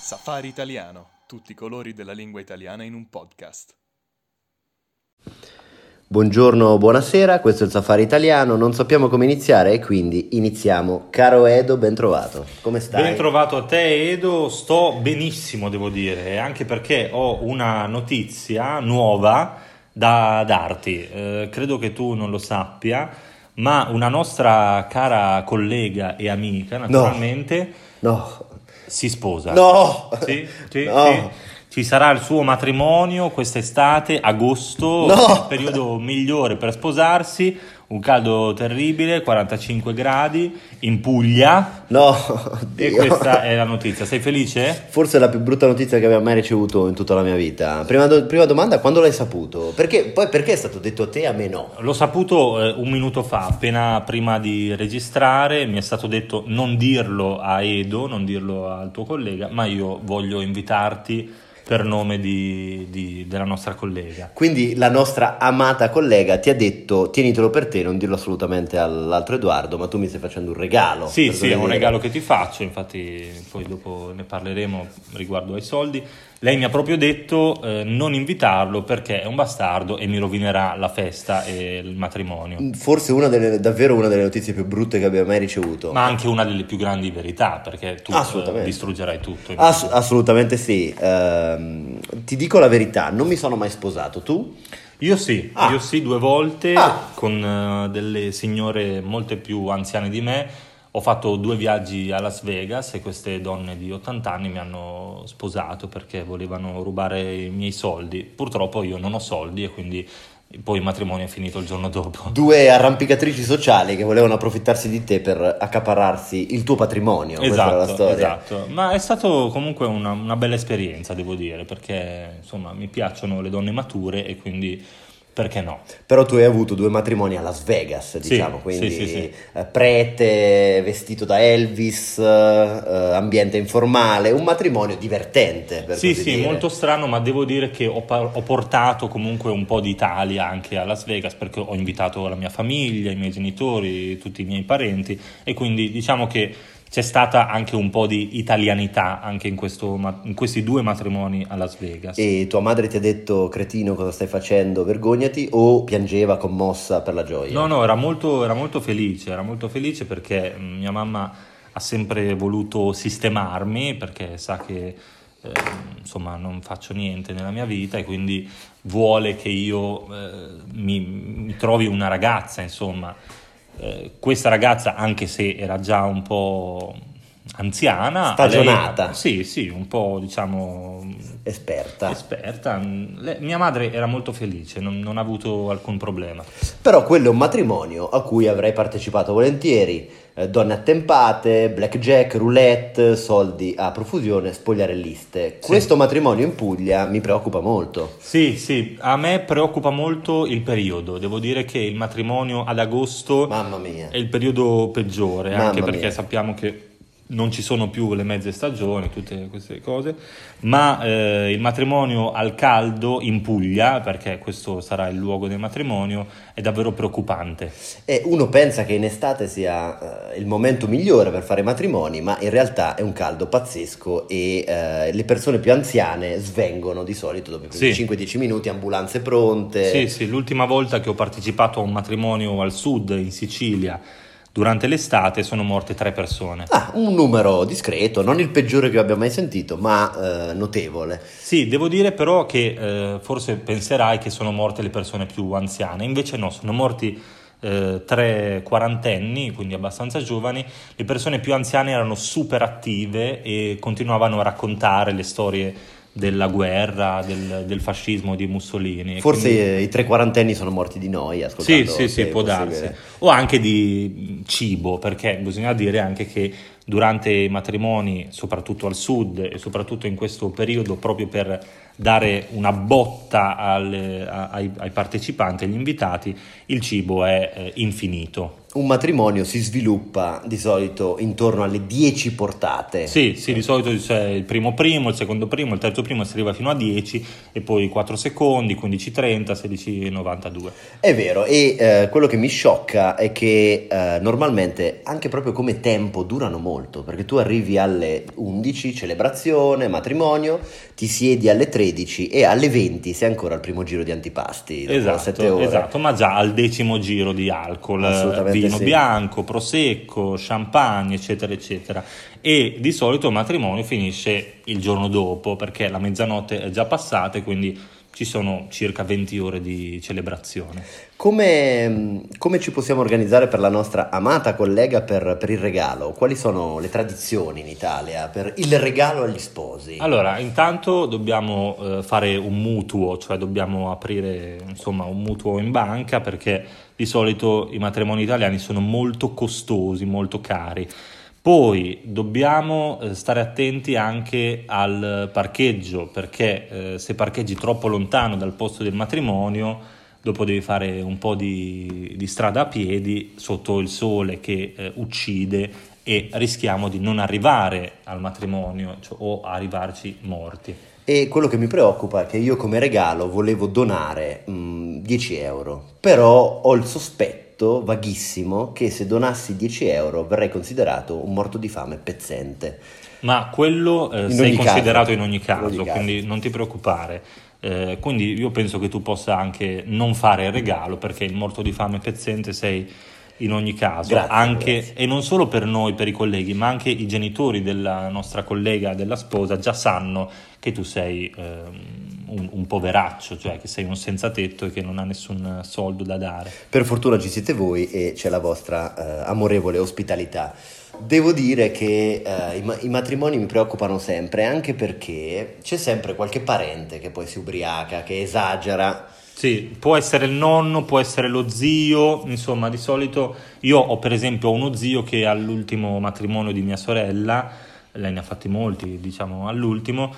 Safari Italiano, tutti i colori della lingua italiana in un podcast. Buongiorno, buonasera, questo è il Safari Italiano, non sappiamo come iniziare e quindi iniziamo. Caro Edo, ben trovato, come stai? Ben trovato a te Edo, sto benissimo devo dire, anche perché ho una notizia nuova da darti, credo che tu non lo sappia, ma una nostra cara collega e amica naturalmente No, si sposa. no, Sì, sì, no. sì. Ci sarà il suo matrimonio quest'estate, agosto, No. il periodo migliore per sposarsi, un caldo terribile, 45 gradi, in Puglia, No, e oddio. questa è la notizia. Sei felice? Forse è la più brutta notizia che abbia mai ricevuto in tutta la mia vita. Prima domanda, quando l'hai saputo? Perché è stato detto a te e a me no? L'ho saputo un minuto fa, appena prima di registrare, mi è stato detto non dirlo a Edo, non dirlo al tuo collega, ma io voglio invitarti per nome della nostra collega. Quindi la nostra amata collega ti ha detto tienitelo per te, non dirlo assolutamente all'altro Edoardo, ma tu mi stai facendo un regalo. Sì, per sì, così è un dire. regalo che ti faccio, infatti poi dopo ne parleremo riguardo ai soldi. Lei mi ha proprio detto non invitarlo perché è un bastardo e mi rovinerà la festa e il matrimonio. Forse davvero una delle notizie più brutte che abbia mai ricevuto. Ma anche una delle più grandi verità, perché tu Assolutamente. distruggerai tutto. Assolutamente sì. Ti dico la verità, non mi sono mai sposato. Tu? Io sì, 2 volte con delle signore molto più anziane di me. Ho fatto 2 viaggi a Las Vegas e queste donne di 80 anni mi hanno sposato perché volevano rubare i miei soldi. Purtroppo io non ho soldi e quindi poi il matrimonio è finito il giorno dopo. 2 arrampicatrici sociali che volevano approfittarsi di te per accaparrarsi il tuo patrimonio. Questa era la storia. Esatto, ma è stato comunque una bella esperienza, devo dire, perché insomma mi piacciono le donne mature e quindi perché no? Però tu hai avuto 2 matrimoni a Las Vegas, diciamo, quindi sì. prete, vestito da Elvis, ambiente informale, un matrimonio divertente, per così dire. Molto strano, ma devo dire che ho portato comunque un po' di Italia anche a Las Vegas perché ho invitato la mia famiglia, i miei genitori, tutti i miei parenti e quindi diciamo che c'è stata anche un po' di italianità anche in questi 2 matrimoni a Las Vegas. E tua madre ti ha detto, cretino, cosa stai facendo, vergognati, o piangeva commossa per la gioia? No, era molto felice perché mia mamma ha sempre voluto sistemarmi perché sa che insomma non faccio niente nella mia vita e quindi vuole che io mi trovi una ragazza, insomma. Questa ragazza, anche se era già un po' anziana, Stagionata. Sì, un po' diciamo Esperta. Mia madre era molto felice, non ha avuto alcun problema. Però quello è un matrimonio a cui avrei partecipato volentieri, donne attempate, blackjack, roulette, soldi a profusione, spogliarelliste. Sì. Questo matrimonio in Puglia mi preoccupa molto. Sì, a me preoccupa molto il periodo, devo dire che il matrimonio ad agosto Mamma mia. è il periodo peggiore, anche Mamma perché mia. sappiamo che non ci sono più le mezze stagioni, tutte queste cose, ma il matrimonio al caldo in Puglia, perché questo sarà il luogo del matrimonio, è davvero preoccupante. E uno pensa che in estate sia il momento migliore per fare matrimoni, ma in realtà è un caldo pazzesco e le persone più anziane svengono di solito dopo Sì. 5-10 minuti, ambulanze pronte. Sì, l'ultima volta che ho partecipato a un matrimonio al sud, in Sicilia, durante l'estate, sono morte 3 persone. Un numero discreto, non il peggiore che abbia mai sentito, ma notevole. Sì, devo dire però che forse penserai che sono morte le persone più anziane, invece no, sono morti 3 quarantenni, quindi abbastanza giovani. Le persone più anziane erano super attive e continuavano a raccontare le storie della guerra, del fascismo di Mussolini. Forse Quindi... i 3 quarantenni sono morti di noi, ascoltando. Sì, può darsi. O anche di cibo, perché bisogna dire anche che durante i matrimoni, soprattutto al sud e soprattutto in questo periodo, proprio per dare una botta ai partecipanti, agli invitati, il cibo è infinito. un matrimonio si sviluppa di solito intorno alle 10 portate. Sì, di solito c'è il primo, il secondo primo, il terzo primo, si arriva fino a 10 e poi 4 secondi, 15:30, 16:92. È vero, e quello che mi sciocca è che normalmente anche proprio come tempo durano molto, perché tu arrivi alle 11, celebrazione, matrimonio, ti siedi alle 13 e alle 20 sei ancora al primo giro di antipasti, dopo 7 ore. Esatto, ma già al 10° giro di alcol, Assolutamente vino sì. bianco, prosecco, champagne, eccetera, eccetera. E di solito il matrimonio finisce il giorno dopo, perché la mezzanotte è già passata e quindi ci sono circa 20 ore di celebrazione. Come ci possiamo organizzare per la nostra amata collega per il regalo? Quali sono le tradizioni in Italia per il regalo agli sposi? Allora, intanto dobbiamo fare un mutuo, cioè dobbiamo aprire insomma un mutuo in banca, perché di solito i matrimoni italiani sono molto costosi, molto cari. Poi dobbiamo stare attenti anche al parcheggio, perché se parcheggi troppo lontano dal posto del matrimonio, dopo devi fare un po' di strada a piedi sotto il sole che uccide, e rischiamo di non arrivare al matrimonio, cioè, o arrivarci morti. E quello che mi preoccupa è che io come regalo volevo donare 10 euro, però ho il sospetto vaghissimo che se donassi 10 euro verrei considerato un morto di fame pezzente. Ma quello sei ogni considerato caso. in ogni caso, quindi non ti preoccupare. Quindi io penso che tu possa anche non fare il regalo, perché il morto di fame pezzente sei in ogni caso. Grazie. E non solo per noi, per i colleghi, ma anche i genitori della nostra collega, della sposa, già sanno che tu sei un poveraccio, cioè che sei un senza tetto e che non ha nessun soldo da dare. Per fortuna ci siete voi e c'è la vostra amorevole ospitalità. Devo dire che i matrimoni mi preoccupano sempre, anche perché c'è sempre qualche parente che poi si ubriaca, che esagera. Sì, può essere il nonno, può essere lo zio, insomma, di solito io ho per esempio uno zio che all'ultimo matrimonio di mia sorella, lei ne ha fatti molti, diciamo all'ultimo,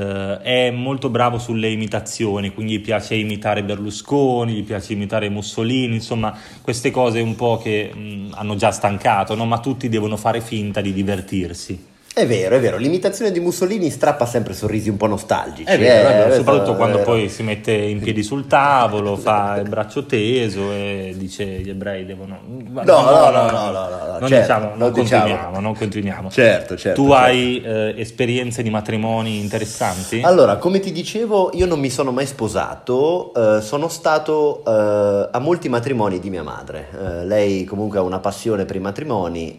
è molto bravo sulle imitazioni, quindi gli piace imitare Berlusconi, gli piace imitare Mussolini, insomma queste cose un po' che hanno già stancato, no? Ma tutti devono fare finta di divertirsi. È vero, l'imitazione di Mussolini strappa sempre sorrisi un po' nostalgici. È vero, soprattutto questo, quando poi si mette in piedi sul tavolo, fa il braccio teso e dice gli ebrei devono... No, non certo, diciamo, non continuiamo. Certo. Tu hai esperienze di matrimoni interessanti? Allora, come ti dicevo, io non mi sono mai sposato, sono stato a molti matrimoni di mia madre. Lei comunque ha una passione per i matrimoni.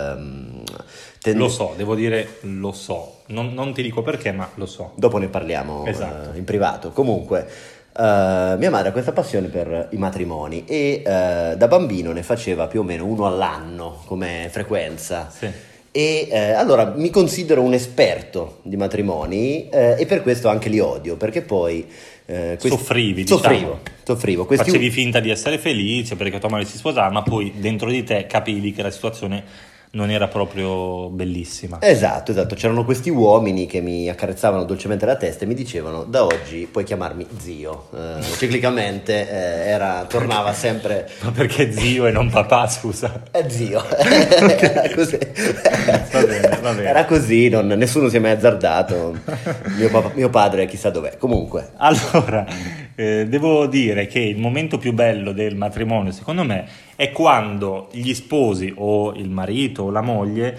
Lo so, devo dire, lo so. Non ti dico perché, ma lo so. Dopo ne parliamo Esatto. in privato. Comunque, mia madre ha questa passione per i matrimoni e da bambino ne faceva più o meno uno all'anno come frequenza. Sì. E allora mi considero un esperto di matrimoni e per questo anche li odio, perché poi Soffrivi, diciamo. Soffrivo. Facevi finta di essere felice perché tua madre si sposava, ma poi dentro di te capivi che la situazione non era proprio bellissima. Esatto, c'erano questi uomini che mi accarezzavano dolcemente la testa e mi dicevano: da oggi puoi chiamarmi zio. Ciclicamente tornava sempre. Ma perché zio e non papà, scusa? Zio. Era così. Va bene. Era così, nessuno si è mai azzardato. Mio padre chissà dov'è. Comunque. Allora, devo dire che il momento più bello del matrimonio, secondo me, è quando gli sposi o il marito o la moglie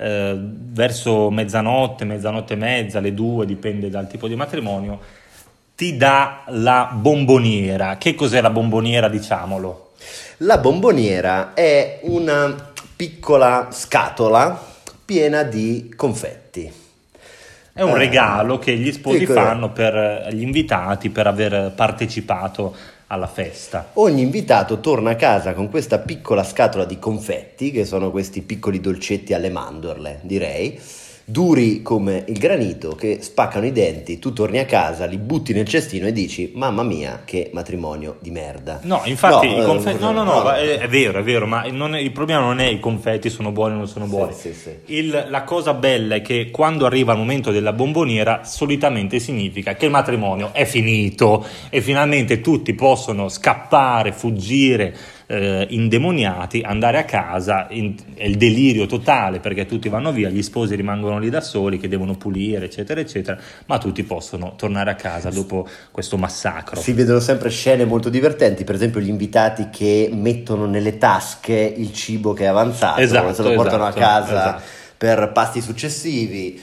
verso mezzanotte e mezza, le 2, dipende dal tipo di matrimonio, ti dà la bomboniera. Che cos'è la bomboniera, diciamolo? La bomboniera è una piccola scatola piena di confetti. È un regalo che gli sposi fanno per gli invitati per aver partecipato alla festa. Ogni invitato torna a casa con questa piccola scatola di confetti, che sono questi piccoli dolcetti alle mandorle, direi, duri come il granito, che spaccano i denti. Tu torni a casa, li butti nel cestino e dici: mamma mia, che matrimonio di merda. No, infatti i confetti è vero, ma il problema non è i confetti sono buoni o non sono buoni. Sì. La cosa bella è che quando arriva il momento della bomboniera, solitamente significa che il matrimonio è finito e finalmente tutti possono scappare, fuggire indemoniati, andare a casa, è il delirio totale perché tutti vanno via, gli sposi rimangono lì da soli che devono pulire eccetera eccetera, ma tutti possono tornare a casa dopo questo massacro. Si vedono sempre scene molto divertenti, per esempio gli invitati che mettono nelle tasche il cibo che è avanzato, se lo portano a casa per pasti successivi.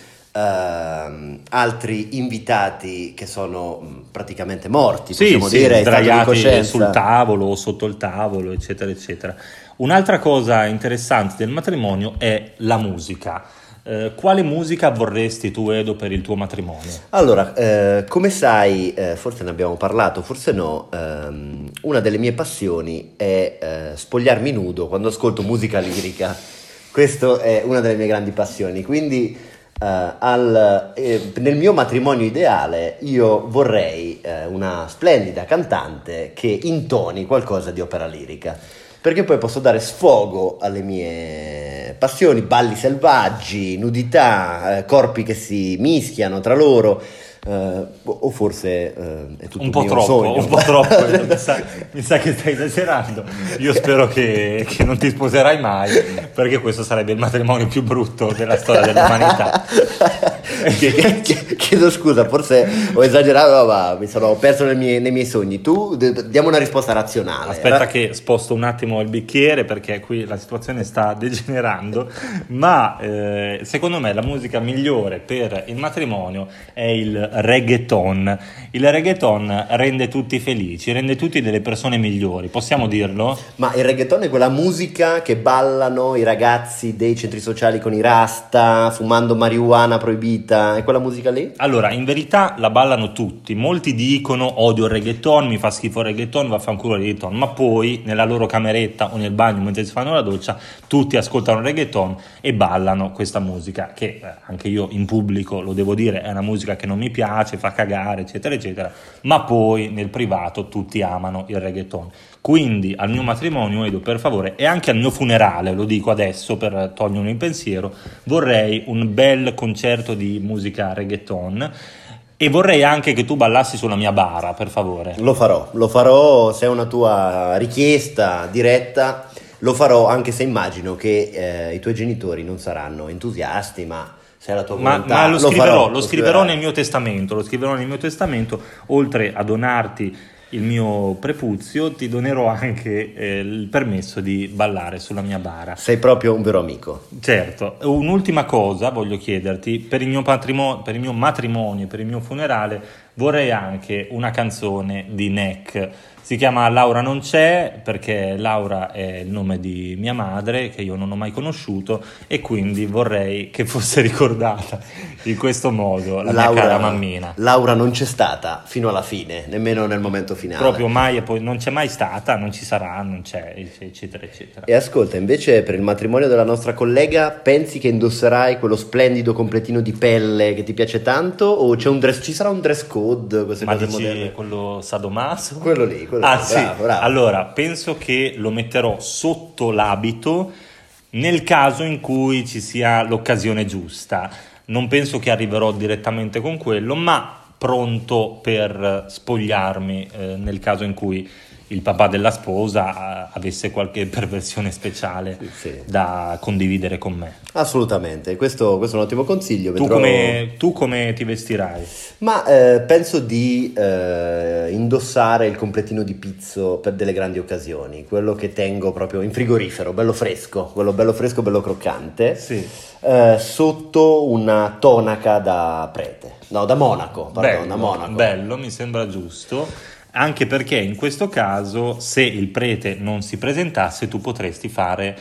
Altri invitati che sono praticamente morti, possiamo dire, sdraiati sul tavolo o sotto il tavolo eccetera eccetera. Un'altra cosa interessante del matrimonio è la musica. Quale musica vorresti tu, Edo, per il tuo matrimonio? Allora, come sai, forse ne abbiamo parlato, forse no, una delle mie passioni è spogliarmi nudo quando ascolto musica lirica. Questa è una delle mie grandi passioni, quindi nel mio matrimonio ideale io vorrei una splendida cantante che intoni qualcosa di opera lirica, perché poi posso dare sfogo alle mie passioni, balli selvaggi, nudità, corpi che si mischiano tra loro, o forse è tutto un po' mio troppo, sogno. Un po' troppo. mi sa che stai esagerando. Io spero che non ti sposerai mai, perché questo sarebbe il matrimonio più brutto della storia dell'umanità. Chiedo scusa, forse ho esagerato, ma mi sono perso nei miei sogni. Tu diamo una risposta razionale. Aspetta che sposto un attimo il bicchiere, perché qui la situazione sta degenerando, ma secondo me la musica migliore per il matrimonio è il reggaeton. Il reggaeton rende tutti felici, rende tutti delle persone migliori, possiamo dirlo? Ma il reggaeton è quella musica che ballano i ragazzi dei centri sociali con i rasta, fumando marijuana proibita, è quella musica lì? Allora, in verità la ballano tutti, molti dicono odio il reggaeton, mi fa schifo il reggaeton, vaffanculo il reggaeton, ma poi nella loro cameretta o nel bagno mentre si fanno la doccia tutti ascoltano il reggaeton e ballano questa musica che anche io in pubblico, lo devo dire, è una musica che non mi piace, fa cagare eccetera eccetera, ma poi nel privato tutti amano il reggaeton. Quindi al mio matrimonio, Edo, per favore, e anche al mio funerale, lo dico adesso per togliermi il pensiero, vorrei un bel concerto di musica reggaeton e vorrei anche che tu ballassi sulla mia bara, per favore. Lo farò, se è una tua richiesta diretta, lo farò, anche se immagino che i tuoi genitori non saranno entusiasti, ma se è la tua volontà, ma lo scriverò nel mio testamento, oltre a donarti il mio prepuzio, ti donerò anche il permesso di ballare sulla mia bara. Sei proprio un vero amico. Certo. Un'ultima cosa voglio chiederti: per il mio matrimonio, per il mio funerale, vorrei anche una canzone di Nek. Si chiama Laura non c'è, perché Laura è il nome di mia madre, che io non ho mai conosciuto, e quindi vorrei che fosse ricordata in questo modo la mia cara mammina. Laura non c'è stata fino alla fine, nemmeno nel momento finale. Proprio mai, e poi non c'è mai stata, non ci sarà, non c'è, eccetera, eccetera. E ascolta, invece per il matrimonio della nostra collega, pensi che indosserai quello splendido completino di pelle che ti piace tanto, o ci sarà un dress code, queste cose moderne? Quello sadomaso? Quello lì. Sì. Bravo. Allora, penso che lo metterò sotto l'abito nel caso in cui ci sia l'occasione giusta. Non penso che arriverò direttamente con quello, ma pronto per spogliarmi nel caso in cui il papà della sposa avesse qualche perversione speciale da condividere con me. Assolutamente, questo è un ottimo consiglio. Tu come ti vestirai? Ma penso di indossare il completino di pizzo per delle grandi occasioni, quello che tengo proprio in frigorifero, bello fresco, bello croccante, sì. Sotto una tonaca da prete, no, da monaco, da monaco. Bello, mi sembra giusto. Anche perché in questo caso, se il prete non si presentasse, tu potresti fare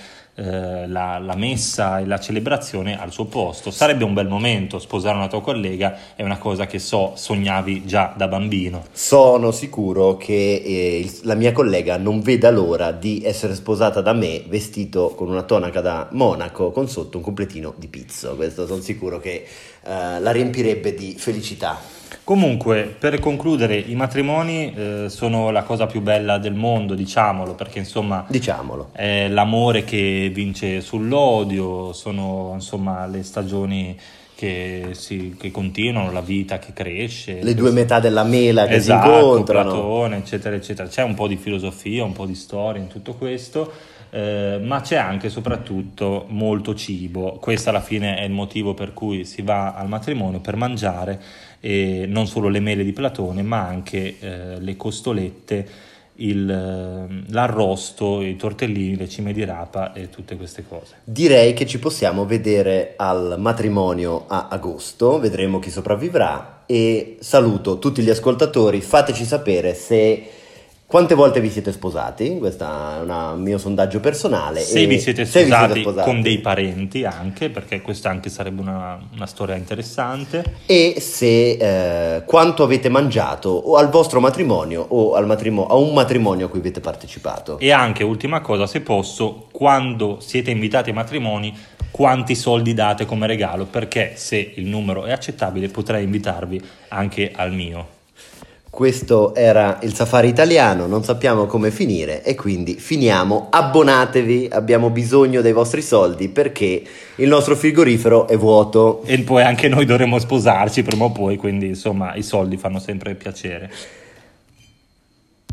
la messa e la celebrazione al suo posto. Sarebbe un bel momento, sposare una tua collega è una cosa che sognavi già da bambino. Sono sicuro che la mia collega non veda l'ora di essere sposata da me vestito con una tonaca da monaco con sotto un completino di pizzo. Questo sono sicuro che la riempirebbe di felicità. Comunque, per concludere, i matrimoni sono la cosa più bella del mondo, diciamolo, perché insomma è l'amore che vince sull'odio, sono insomma le stagioni che continuano, la vita che cresce, le due metà della mela che esatto, si incontrano, Platone, eccetera eccetera. C'è un po' di filosofia, un po' di storia in tutto questo, ma c'è anche e soprattutto molto cibo. Questo alla fine è il motivo per cui si va al matrimonio, per mangiare, e non solo le mele di Platone, ma anche le costolette, l'arrosto, i tortellini, le cime di rapa e tutte queste cose. Direi che ci possiamo vedere al matrimonio a agosto, vedremo chi sopravvivrà, e saluto tutti gli ascoltatori. Fateci sapere quante volte vi siete sposati. Questo è un mio sondaggio personale. Se vi siete sposati con dei parenti anche, perché questa anche sarebbe una storia interessante. E quanto avete mangiato o al vostro matrimonio o a un matrimonio a cui avete partecipato. E anche, ultima cosa, se posso, quando siete invitati ai matrimoni, quanti soldi date come regalo, perché se il numero è accettabile potrei invitarvi anche al mio. Questo era il Safari Italiano, non sappiamo come finire e quindi finiamo. Abbonatevi, abbiamo bisogno dei vostri soldi perché il nostro frigorifero è vuoto. E poi anche noi dovremo sposarci prima o poi, quindi insomma i soldi fanno sempre piacere.